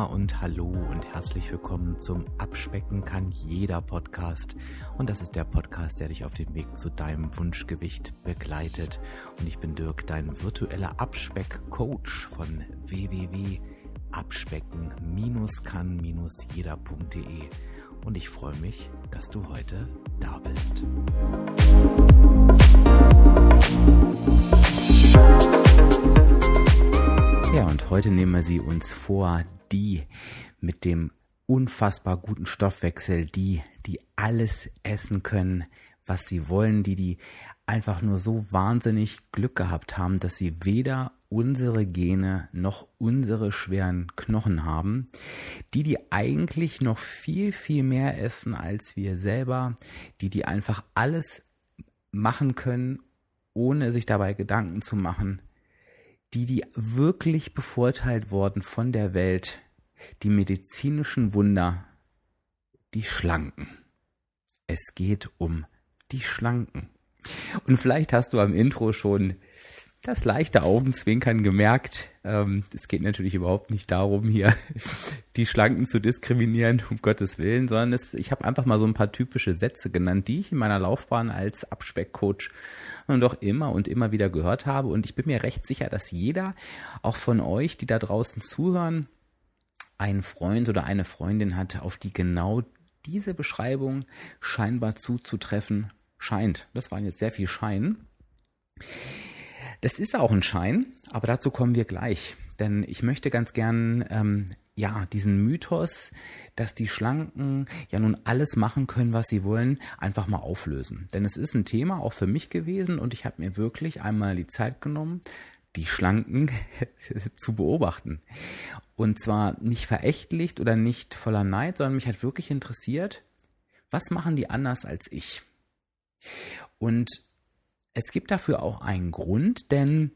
und hallo und herzlich willkommen zum Abspecken kann jeder Podcast. Und das ist der Podcast, der dich auf dem Weg zu deinem Wunschgewicht begleitet. Und ich bin Dirk, dein virtueller Abspeck-Coach von www.abspecken-kann-jeder.de. Und ich freue mich, dass du heute da bist. Ja, und heute nehmen wir sie uns vor, die mit dem unfassbar guten Stoffwechsel, die alles essen können, was sie wollen, die einfach nur so wahnsinnig Glück gehabt haben, dass sie weder unsere Gene noch unsere schweren Knochen haben, die eigentlich noch viel, viel mehr essen als wir selber, die einfach alles machen können, ohne sich dabei Gedanken zu machen, die wirklich bevorteilt wurden von der Welt, die medizinischen Wunder, die Schlanken. Es geht um die Schlanken. Und vielleicht hast du am Intro schon das leichte Augenzwinkern gemerkt. Es geht natürlich überhaupt nicht darum, hier die Schlanken zu diskriminieren, um Gottes Willen, sondern ich habe einfach mal so ein paar typische Sätze genannt, die ich in meiner Laufbahn als Abspeckcoach doch immer und immer wieder gehört habe. Und ich bin mir recht sicher, dass jeder, auch von euch, die da draußen zuhören, einen Freund oder eine Freundin hat, auf die genau diese Beschreibung scheinbar zuzutreffen scheint. Das waren jetzt sehr viel Schein. Das ist auch ein Schein, aber dazu kommen wir gleich. Denn ich möchte ganz gern diesen Mythos, dass die Schlanken ja nun alles machen können, was sie wollen, einfach mal auflösen. Denn es ist ein Thema auch für mich gewesen und ich habe mir wirklich einmal die Zeit genommen, die Schlanken zu beobachten. Und zwar nicht verächtlich oder nicht voller Neid, sondern mich hat wirklich interessiert, was machen die anders als ich? Und es gibt dafür auch einen Grund, denn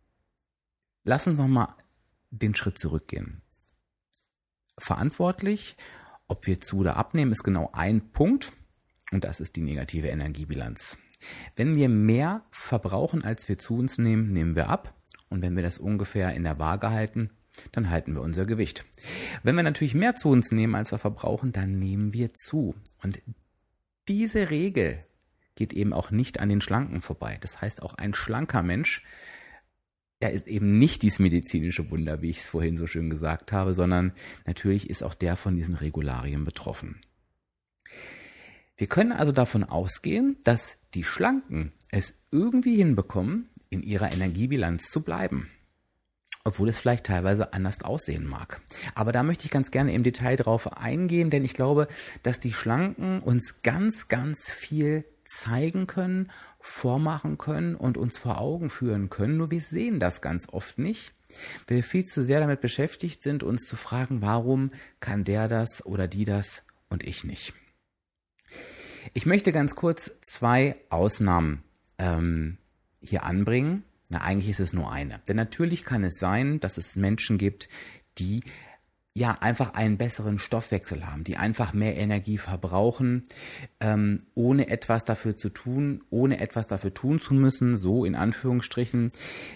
lass uns noch mal den Schritt zurückgehen. Verantwortlich, ob wir zu oder abnehmen, ist genau ein Punkt und das ist die negative Energiebilanz. Wenn wir mehr verbrauchen, als wir zu uns nehmen, nehmen wir ab und wenn wir das ungefähr in der Waage halten, dann halten wir unser Gewicht. Wenn wir natürlich mehr zu uns nehmen, als wir verbrauchen, dann nehmen wir zu. Und diese Regel geht eben auch nicht an den Schlanken vorbei. Das heißt, auch ein schlanker Mensch, er ist eben nicht dieses medizinische Wunder, wie ich es vorhin so schön gesagt habe, sondern natürlich ist auch der von diesen Regularien betroffen. Wir können also davon ausgehen, dass die Schlanken es irgendwie hinbekommen, in ihrer Energiebilanz zu bleiben. Obwohl es vielleicht teilweise anders aussehen mag. Aber da möchte ich ganz gerne im Detail drauf eingehen, denn ich glaube, dass die Schlanken uns ganz, ganz viel zeigen können, vormachen können und uns vor Augen führen können. Nur wir sehen das ganz oft nicht, weil wir viel zu sehr damit beschäftigt sind, uns zu fragen, warum kann der das oder die das und ich nicht. Ich möchte ganz kurz 2 Ausnahmen hier anbringen. Na, eigentlich ist es nur eine. Denn natürlich kann es sein, dass es Menschen gibt, die ja einfach einen besseren Stoffwechsel haben, die einfach mehr Energie verbrauchen, ohne etwas dafür tun zu müssen, so in Anführungsstrichen,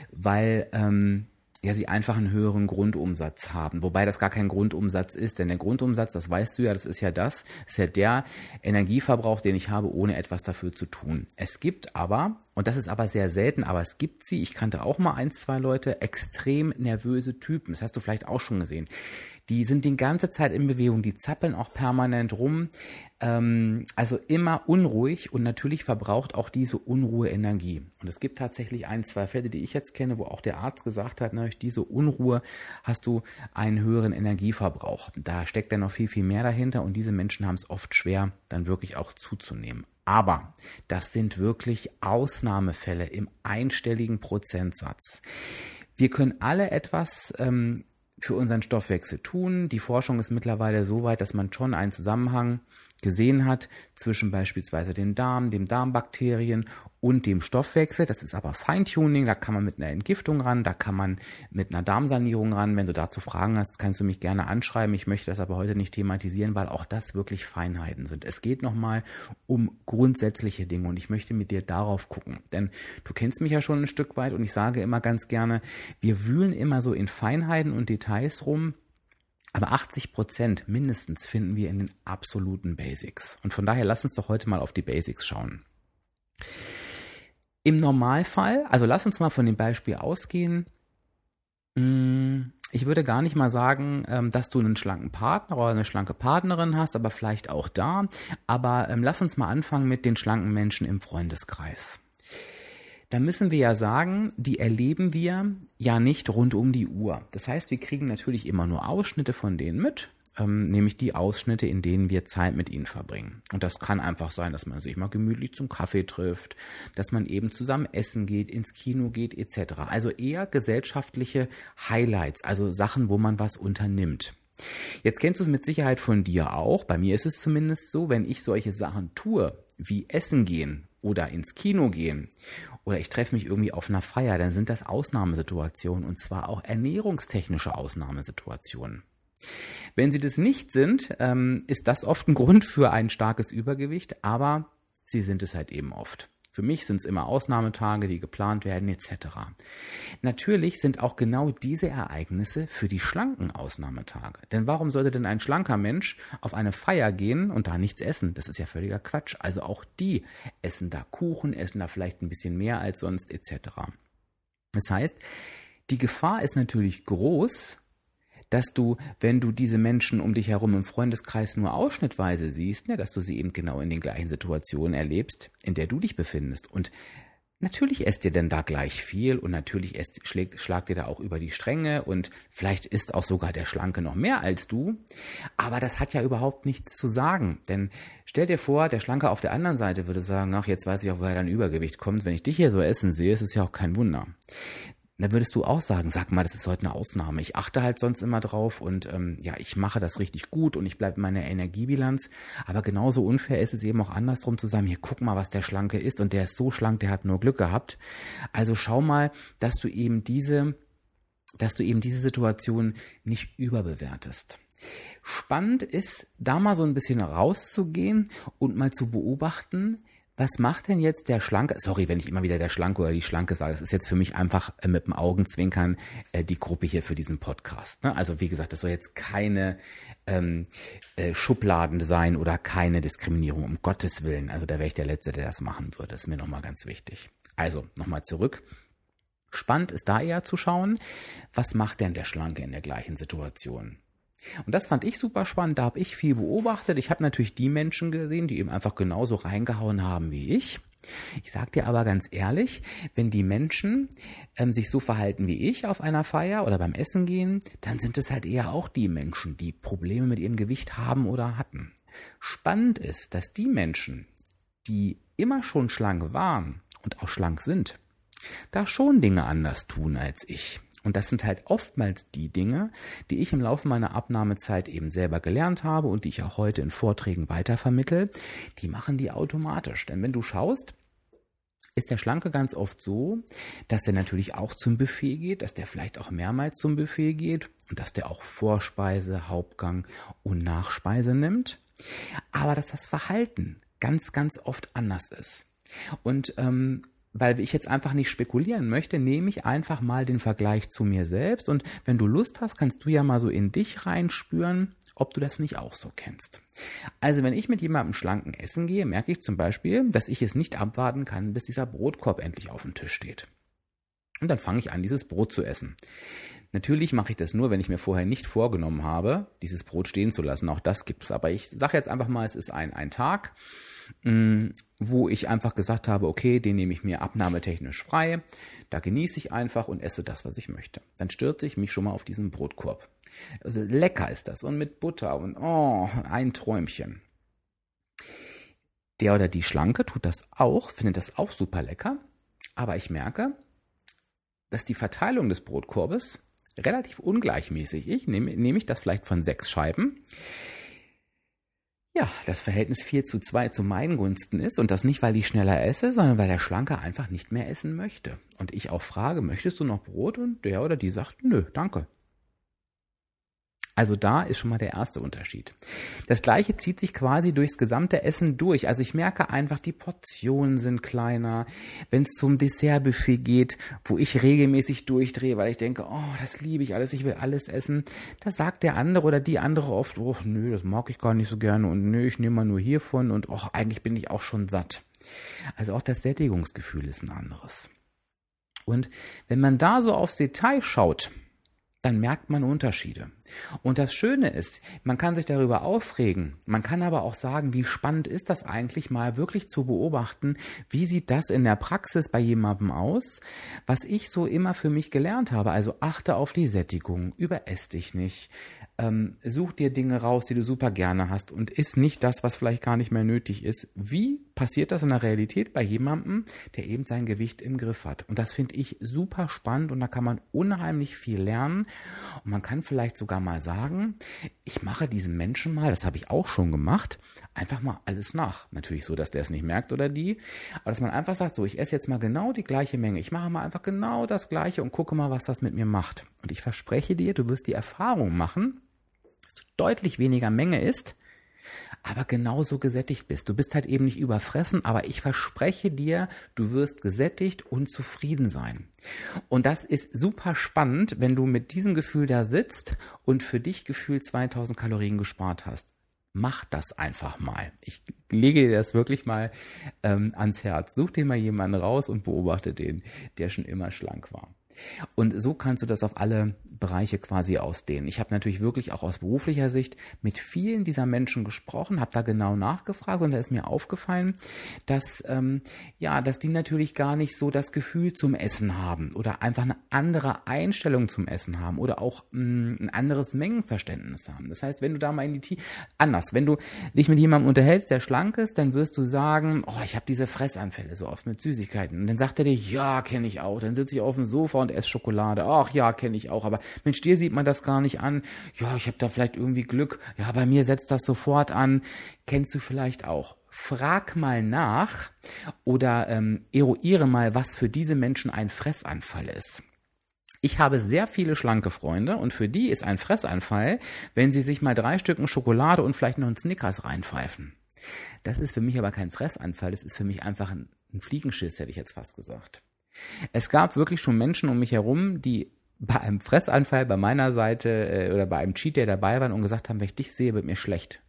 weil sie einfach einen höheren Grundumsatz haben. Wobei das gar kein Grundumsatz ist, denn der Grundumsatz, das weißt du ja, das ist ja der Energieverbrauch, den ich habe, ohne etwas dafür zu tun. Es gibt aber, und das ist aber sehr selten, aber es gibt sie, ich kannte auch mal 1, 2 Leute, extrem nervöse Typen, das hast du vielleicht auch schon gesehen. Die sind die ganze Zeit in Bewegung, die zappeln auch permanent rum, also immer unruhig und natürlich verbraucht auch diese Unruhe Energie. Und es gibt tatsächlich 1, 2 Fälle, die ich jetzt kenne, wo auch der Arzt gesagt hat, durch diese Unruhe hast du einen höheren Energieverbrauch. Da steckt dann noch viel, viel mehr dahinter und diese Menschen haben es oft schwer, dann wirklich auch zuzunehmen. Aber das sind wirklich Ausnahmefälle im einstelligen Prozentsatz. Wir können alle etwas für unseren Stoffwechsel tun. Die Forschung ist mittlerweile so weit, dass man schon einen Zusammenhang gesehen hat zwischen beispielsweise dem Darm, den Darmbakterien und dem Stoffwechsel. Das ist aber Feintuning, da kann man mit einer Entgiftung ran, da kann man mit einer Darmsanierung ran. Wenn du dazu Fragen hast, kannst du mich gerne anschreiben. Ich möchte das aber heute nicht thematisieren, weil auch das wirklich Feinheiten sind. Es geht nochmal um grundsätzliche Dinge und ich möchte mit dir darauf gucken. Denn du kennst mich ja schon ein Stück weit und ich sage immer ganz gerne, wir wühlen immer so in Feinheiten und Details rum, Aber 80% mindestens finden wir in den absoluten Basics. Und von daher lass uns doch heute mal auf die Basics schauen. Im Normalfall, also lass uns mal von dem Beispiel ausgehen. Ich würde gar nicht mal sagen, dass du einen schlanken Partner oder eine schlanke Partnerin hast, aber vielleicht auch da. Aber lass uns mal anfangen mit den schlanken Menschen im Freundeskreis. Da müssen wir ja sagen, die erleben wir ja nicht rund um die Uhr. Das heißt, wir kriegen natürlich immer nur Ausschnitte von denen mit, nämlich die Ausschnitte, in denen wir Zeit mit ihnen verbringen. Und das kann einfach sein, dass man sich mal gemütlich zum Kaffee trifft, dass man eben zusammen essen geht, ins Kino geht etc. Also eher gesellschaftliche Highlights, also Sachen, wo man was unternimmt. Jetzt kennst du es mit Sicherheit von dir auch. Bei mir ist es zumindest so, wenn ich solche Sachen tue, wie essen gehen oder ins Kino gehen oder ich treffe mich irgendwie auf einer Feier, dann sind das Ausnahmesituationen und zwar auch ernährungstechnische Ausnahmesituationen. Wenn sie das nicht sind, ist das oft ein Grund für ein starkes Übergewicht, aber sie sind es halt eben oft. Für mich sind es immer Ausnahmetage, die geplant werden etc. Natürlich sind auch genau diese Ereignisse für die schlanken Ausnahmetage. Denn warum sollte denn ein schlanker Mensch auf eine Feier gehen und da nichts essen? Das ist ja völliger Quatsch. Also auch die essen da Kuchen, essen da vielleicht ein bisschen mehr als sonst etc. Das heißt, die Gefahr ist natürlich groß, dass du, wenn du diese Menschen um dich herum im Freundeskreis nur ausschnittweise siehst, dass du sie eben genau in den gleichen Situationen erlebst, in der du dich befindest. Und natürlich esst ihr denn da gleich viel und natürlich schlagt ihr da auch über die Stränge und vielleicht isst auch sogar der Schlanke noch mehr als du. Aber das hat ja überhaupt nichts zu sagen. Denn stell dir vor, der Schlanke auf der anderen Seite würde sagen, ach, jetzt weiß ich auch, woher dein Übergewicht kommt. Wenn ich dich hier so essen sehe, ist es ja auch kein Wunder. Dann würdest du auch sagen, sag mal, das ist heute eine Ausnahme. Ich achte halt sonst immer drauf und ich mache das richtig gut und ich bleibe in meiner Energiebilanz. Aber genauso unfair ist es eben auch andersrum zu sagen, hier guck mal, was der Schlanke ist und der ist so schlank, der hat nur Glück gehabt. Also schau mal, dass du eben diese Situation nicht überbewertest. Spannend ist, da mal so ein bisschen rauszugehen und mal zu beobachten, was macht denn jetzt der Schlanke, sorry, wenn ich immer wieder der Schlanke oder die Schlanke sage, das ist jetzt für mich einfach mit dem Augenzwinkern die Gruppe hier für diesen Podcast. Ne? Also wie gesagt, das soll jetzt keine Schubladen sein oder keine Diskriminierung, um Gottes Willen. Also da wäre ich der Letzte, der das machen würde. Das ist mir nochmal ganz wichtig. Also nochmal zurück. Spannend ist da eher zu schauen, was macht denn der Schlanke in der gleichen Situation? Und das fand ich super spannend, da habe ich viel beobachtet. Ich habe natürlich die Menschen gesehen, die eben einfach genauso reingehauen haben wie ich. Ich sage dir aber ganz ehrlich, wenn die Menschen sich so verhalten wie ich auf einer Feier oder beim Essen gehen, dann sind es halt eher auch die Menschen, die Probleme mit ihrem Gewicht haben oder hatten. Spannend ist, dass die Menschen, die immer schon schlank waren und auch schlank sind, da schon Dinge anders tun als ich. Und das sind halt oftmals die Dinge, die ich im Laufe meiner Abnahmezeit eben selber gelernt habe und die ich auch heute in Vorträgen weitervermittle. Die machen die automatisch. Denn wenn du schaust, ist der Schlanke ganz oft so, dass der natürlich auch zum Buffet geht, dass der vielleicht auch mehrmals zum Buffet geht und dass der auch Vorspeise, Hauptgang und Nachspeise nimmt. Aber dass das Verhalten ganz, ganz oft anders ist. Und weil ich jetzt einfach nicht spekulieren möchte, nehme ich einfach mal den Vergleich zu mir selbst und wenn du Lust hast, kannst du ja mal so in dich reinspüren, ob du das nicht auch so kennst. Also wenn ich mit jemandem schlanken essen gehe, merke ich zum Beispiel, dass ich es nicht abwarten kann, bis dieser Brotkorb endlich auf dem Tisch steht. Und dann fange ich an, dieses Brot zu essen. Natürlich mache ich das nur, wenn ich mir vorher nicht vorgenommen habe, dieses Brot stehen zu lassen. Auch das gibt es. Aber ich sage jetzt einfach mal, es ist ein Tag, wo ich einfach gesagt habe, okay, den nehme ich mir abnahmetechnisch frei, da genieße ich einfach und esse das, was ich möchte. Dann stürze ich mich schon mal auf diesen Brotkorb. Also lecker ist das und mit Butter und ein Träumchen. Der oder die Schlanke tut das auch, findet das auch super lecker, aber ich merke, dass die Verteilung des Brotkorbes relativ ungleichmäßig ist. Nehme ich das vielleicht von 6 Scheiben, ja, das Verhältnis 4:2 zu meinen Gunsten ist und das nicht, weil ich schneller esse, sondern weil der Schlanke einfach nicht mehr essen möchte. Und ich auch frage, möchtest du noch Brot? Und der oder die sagt, nö, danke. Also da ist schon mal der erste Unterschied. Das Gleiche zieht sich quasi durchs gesamte Essen durch. Also ich merke einfach, die Portionen sind kleiner. Wenn es zum Dessertbuffet geht, wo ich regelmäßig durchdrehe, weil ich denke, oh, das liebe ich alles, ich will alles essen. Da sagt der andere oder die andere oft, oh, nö, das mag ich gar nicht so gerne und nö, ich nehme mal nur hiervon und oh, eigentlich bin ich auch schon satt. Also auch das Sättigungsgefühl ist ein anderes. Und wenn man da so aufs Detail schaut, dann merkt man Unterschiede. Und das Schöne ist, man kann sich darüber aufregen, man kann aber auch sagen, wie spannend ist das eigentlich mal wirklich zu beobachten, wie sieht das in der Praxis bei jemandem aus, was ich so immer für mich gelernt habe. Also achte auf die Sättigung, überess dich nicht, such dir Dinge raus, die du super gerne hast und iss nicht das, was vielleicht gar nicht mehr nötig ist. Wie passiert das in der Realität bei jemandem, der eben sein Gewicht im Griff hat? Und das finde ich super spannend und da kann man unheimlich viel lernen. Und man kann vielleicht sogar mal sagen, ich mache diesem Menschen mal, das habe ich auch schon gemacht, einfach mal alles nach. Natürlich so, dass der es nicht merkt oder die, aber dass man einfach sagt, so, ich esse jetzt mal genau die gleiche Menge. Ich mache mal einfach genau das Gleiche und gucke mal, was das mit mir macht. Und ich verspreche dir, du wirst die Erfahrung machen, dass du deutlich weniger Menge isst, aber genauso gesättigt bist. Du bist halt eben nicht überfressen, aber ich verspreche dir, du wirst gesättigt und zufrieden sein. Und das ist super spannend, wenn du mit diesem Gefühl da sitzt und für dich gefühlt 2000 Kalorien gespart hast. Mach das einfach mal. Ich lege dir das wirklich mal ans Herz. Such dir mal jemanden raus und beobachte den, der schon immer schlank war. Und so kannst du das auf alle Bereiche quasi ausdehnen. Ich habe natürlich wirklich auch aus beruflicher Sicht mit vielen dieser Menschen gesprochen, habe da genau nachgefragt und da ist mir aufgefallen, dass dass die natürlich gar nicht so das Gefühl zum Essen haben oder einfach eine andere Einstellung zum Essen haben oder auch ein anderes Mengenverständnis haben. Das heißt, wenn du da mal wenn du dich mit jemandem unterhältst, der schlank ist, dann wirst du sagen, oh, ich habe diese Fressanfälle so oft mit Süßigkeiten. Und dann sagt er dir, ja, kenne ich auch. Dann sitze ich auf dem Sofa und esse Schokolade. Ach ja, kenne ich auch. Aber Mensch, dir sieht man das gar nicht an. Ja, ich habe da vielleicht irgendwie Glück. Ja, bei mir setzt das sofort an. Kennst du vielleicht auch. Frag mal nach oder eruiere mal, was für diese Menschen ein Fressanfall ist. Ich habe sehr viele schlanke Freunde und für die ist ein Fressanfall, wenn sie sich mal 3 Stücken Schokolade und vielleicht noch einen Snickers reinpfeifen. Das ist für mich aber kein Fressanfall, das ist für mich einfach ein Fliegenschiss, hätte ich jetzt fast gesagt. Es gab wirklich schon Menschen um mich herum, die bei einem Fressanfall bei meiner Seite oder bei einem Cheat Day dabei waren und gesagt haben, wenn ich dich sehe, wird mir schlecht.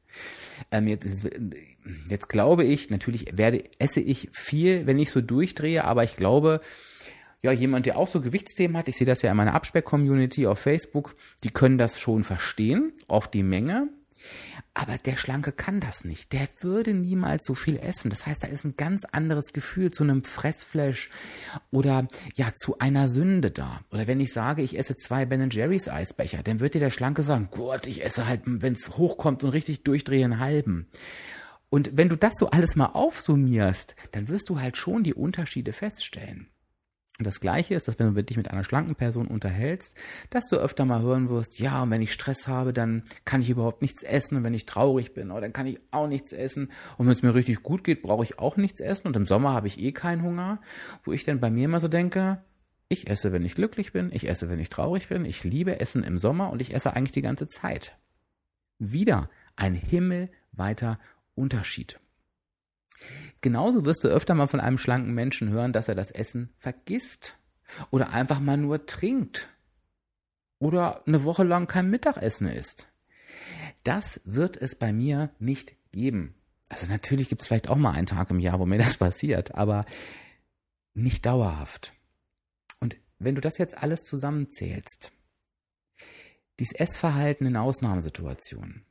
Jetzt glaube ich, natürlich esse ich viel, wenn ich so durchdrehe, aber ich glaube, ja, jemand, der auch so Gewichtsthemen hat, ich sehe das ja in meiner Abspeck-Community auf Facebook, die können das schon verstehen, auf die Menge. Aber der Schlanke kann das nicht. Der würde niemals so viel essen. Das heißt, da ist ein ganz anderes Gefühl zu einem Fressflash oder ja zu einer Sünde da. Oder wenn ich sage, ich esse 2 Ben & Jerry's Eisbecher, dann wird dir der Schlanke sagen, Gott, ich esse halt, wenn es hochkommt und richtig durchdrehe, einen halben. Und wenn du das so alles mal aufsummierst, dann wirst du halt schon die Unterschiede feststellen. Und das Gleiche ist, dass wenn du dich mit einer schlanken Person unterhältst, dass du öfter mal hören wirst, ja, und wenn ich Stress habe, dann kann ich überhaupt nichts essen. Und wenn ich traurig bin, dann kann ich auch nichts essen. Und wenn es mir richtig gut geht, brauche ich auch nichts essen. Und im Sommer habe ich eh keinen Hunger. Wo ich dann bei mir immer so denke, ich esse, wenn ich glücklich bin. Ich esse, wenn ich traurig bin. Ich liebe Essen im Sommer und ich esse eigentlich die ganze Zeit. Wieder ein himmelweiter Unterschied. Genauso wirst du öfter mal von einem schlanken Menschen hören, dass er das Essen vergisst oder einfach mal nur trinkt oder eine Woche lang kein Mittagessen isst. Das wird es bei mir nicht geben. Also natürlich gibt es vielleicht auch mal einen Tag im Jahr, wo mir das passiert, aber nicht dauerhaft. Und wenn du das jetzt alles zusammenzählst, dieses Essverhalten in Ausnahmesituationen,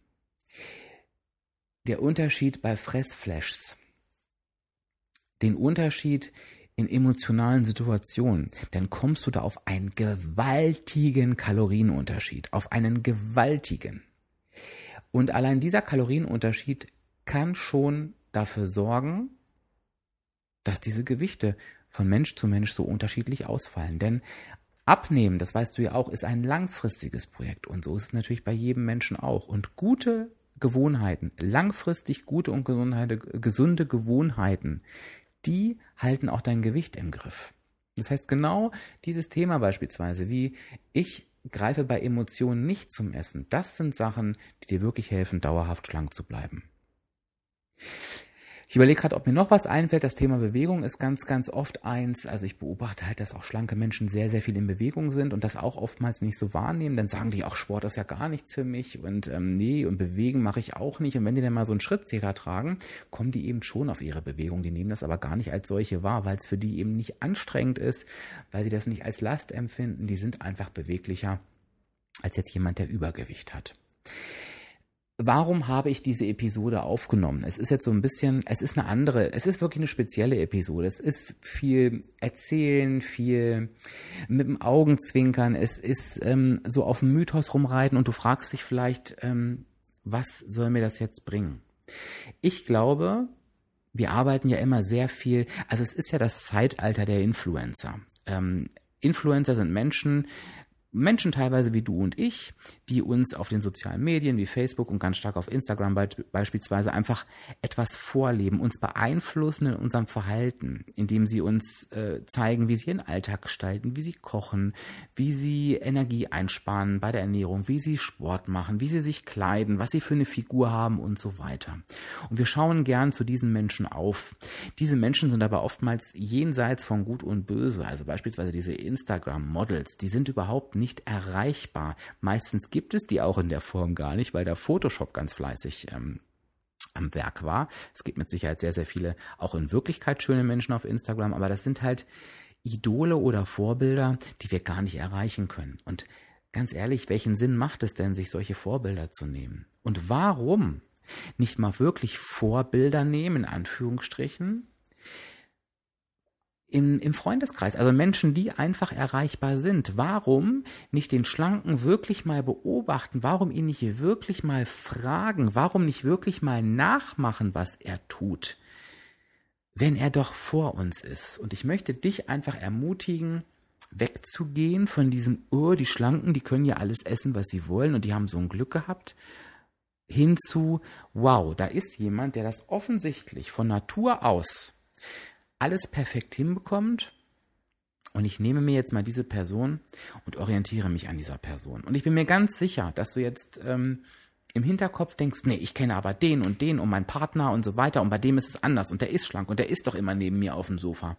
der Unterschied bei Fressflashs, den Unterschied in emotionalen Situationen, dann kommst du da auf einen gewaltigen Kalorienunterschied, auf einen gewaltigen. Und allein dieser Kalorienunterschied kann schon dafür sorgen, dass diese Gewichte von Mensch zu Mensch so unterschiedlich ausfallen. Denn Abnehmen, das weißt du ja auch, ist ein langfristiges Projekt und so ist es natürlich bei jedem Menschen auch. Und gute Gewohnheiten, langfristig gute und gesunde Gewohnheiten, die halten auch dein Gewicht im Griff. Das heißt, genau dieses Thema beispielsweise, wie ich greife bei Emotionen nicht zum Essen. Das sind Sachen, die dir wirklich helfen, dauerhaft schlank zu bleiben. Ich überlege gerade, ob mir noch was einfällt. Das Thema Bewegung ist ganz, ganz oft eins. Also ich beobachte halt, dass auch schlanke Menschen sehr, sehr viel in Bewegung sind und das auch oftmals nicht so wahrnehmen. Dann sagen die, auch Sport ist ja gar nichts für mich und nee, und bewegen mache ich auch nicht. Und wenn die dann mal so einen Schrittzähler tragen, kommen die eben schon auf ihre Bewegung. Die nehmen das aber gar nicht als solche wahr, weil es für die eben nicht anstrengend ist, weil sie das nicht als Last empfinden. Die sind einfach beweglicher als jetzt jemand, der Übergewicht hat. Warum habe ich diese Episode aufgenommen? Es ist jetzt so ein bisschen, es ist wirklich eine spezielle Episode. Es ist viel Erzählen, viel mit dem Augenzwinkern. Es ist so auf dem Mythos rumreiten und du fragst dich vielleicht, was soll mir das jetzt bringen? Ich glaube, wir arbeiten ja immer sehr viel, also es ist ja das Zeitalter der Influencer. Influencer sind Menschen teilweise wie du und ich, die uns auf den sozialen Medien wie Facebook und ganz stark auf Instagram beispielsweise einfach etwas vorleben, uns beeinflussen in unserem Verhalten, indem sie uns zeigen, wie sie ihren Alltag gestalten, wie sie kochen, wie sie Energie einsparen bei der Ernährung, wie sie Sport machen, wie sie sich kleiden, was sie für eine Figur haben und so weiter. Und wir schauen gern zu diesen Menschen auf. Diese Menschen sind aber oftmals jenseits von Gut und Böse, also beispielsweise diese Instagram-Models, die sind überhaupt nicht erreichbar. Meistens gibt es die auch in der Form gar nicht, weil der Photoshop ganz fleißig am Werk war. Es gibt mit Sicherheit sehr, sehr viele auch in Wirklichkeit schöne Menschen auf Instagram, aber das sind halt Idole oder Vorbilder, die wir gar nicht erreichen können. Und ganz ehrlich, welchen Sinn macht es denn, sich solche Vorbilder zu nehmen? Und warum nicht mal wirklich Vorbilder nehmen, in Anführungsstrichen, im Freundeskreis, also Menschen, die einfach erreichbar sind. Warum nicht den Schlanken wirklich mal beobachten? Warum ihn nicht wirklich mal fragen? Warum nicht wirklich mal nachmachen, was er tut, wenn er doch vor uns ist? Und ich möchte dich einfach ermutigen, wegzugehen von diesem, die Schlanken, die können ja alles essen, was sie wollen und die haben so ein Glück gehabt, hinzu, wow, da ist jemand, der das offensichtlich von Natur aus alles perfekt hinbekommt und ich nehme mir jetzt mal diese Person und orientiere mich an dieser Person. Und ich bin mir ganz sicher, dass du jetzt im Hinterkopf denkst, nee, ich kenne aber den und meinen Partner und so weiter und bei dem ist es anders und der ist schlank und der ist doch immer neben mir auf dem Sofa.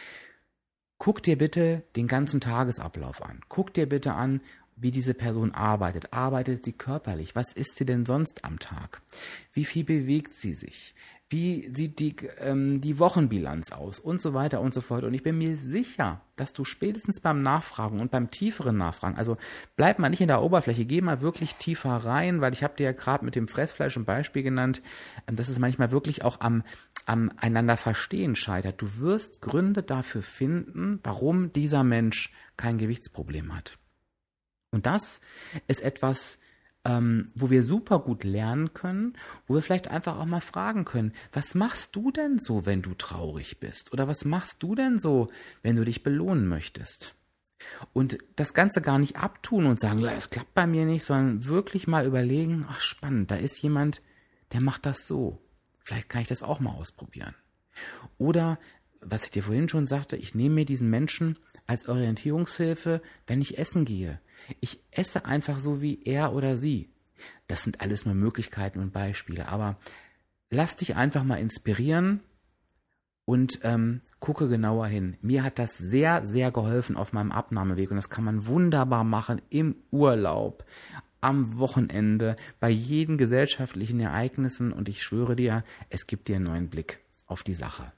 Guck dir bitte den ganzen Tagesablauf an. Guck dir bitte an, wie diese Person arbeitet. Arbeitet sie körperlich? Was isst sie denn sonst am Tag? Wie viel bewegt sie sich? Wie sieht die Wochenbilanz aus? Und so weiter und so fort. Und ich bin mir sicher, dass du spätestens beim Nachfragen und beim tieferen Nachfragen, also bleib mal nicht in der Oberfläche, geh mal wirklich tiefer rein, weil ich habe dir ja gerade mit dem Fressfleisch ein Beispiel genannt, dass es manchmal wirklich auch am einander verstehen scheitert. Du wirst Gründe dafür finden, warum dieser Mensch kein Gewichtsproblem hat. Und das ist etwas, wo wir super gut lernen können, wo wir vielleicht einfach auch mal fragen können, was machst du denn so, wenn du traurig bist? Oder was machst du denn so, wenn du dich belohnen möchtest? Und das Ganze gar nicht abtun und sagen, ja, das klappt bei mir nicht, sondern wirklich mal überlegen, ach spannend, da ist jemand, der macht das so. Vielleicht kann ich das auch mal ausprobieren. Oder, was ich dir vorhin schon sagte, ich nehme mir diesen Menschen als Orientierungshilfe, wenn ich essen gehe. Ich esse einfach so wie er oder sie. Das sind alles nur Möglichkeiten und Beispiele, aber lass dich einfach mal inspirieren und gucke genauer hin. Mir hat das sehr, sehr geholfen auf meinem Abnahmeweg und das kann man wunderbar machen im Urlaub, am Wochenende, bei jeden gesellschaftlichen Ereignissen und ich schwöre dir, es gibt dir einen neuen Blick auf die Sache.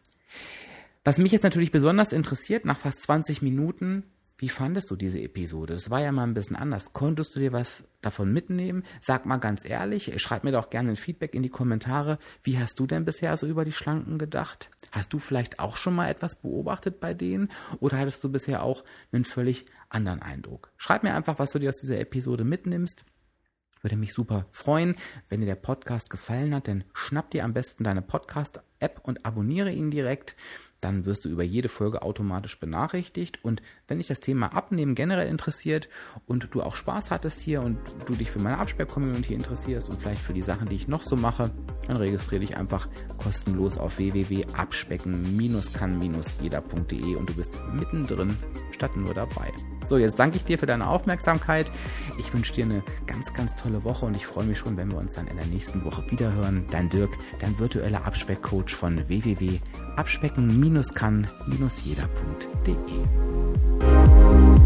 Was mich jetzt natürlich besonders interessiert, nach fast 20 Minuten, wie fandest du diese Episode? Das war ja mal ein bisschen anders. Konntest du dir was davon mitnehmen? Sag mal ganz ehrlich, schreib mir doch gerne ein Feedback in die Kommentare. Wie hast du denn bisher so über die Schlanken gedacht? Hast du vielleicht auch schon mal etwas beobachtet bei denen? Oder hattest du bisher auch einen völlig anderen Eindruck? Schreib mir einfach, was du dir aus dieser Episode mitnimmst. Würde mich super freuen, wenn dir der Podcast gefallen hat, denn schnapp dir am besten deine Podcast-App App und abonniere ihn direkt. Dann wirst du über jede Folge automatisch benachrichtigt. Und wenn dich das Thema Abnehmen generell interessiert und du auch Spaß hattest hier und du dich für meine Abspeck-Community interessierst und vielleicht für die Sachen, die ich noch so mache, dann registriere dich einfach kostenlos auf www.abspecken-kann-jeder.de und du bist mittendrin statt nur dabei. So, jetzt danke ich dir für deine Aufmerksamkeit. Ich wünsche dir eine ganz, ganz tolle Woche und ich freue mich schon, wenn wir uns dann in der nächsten Woche wiederhören. Dein Dirk, dein virtueller Abspeckcoach von www.abspecken-kann-jeder.de.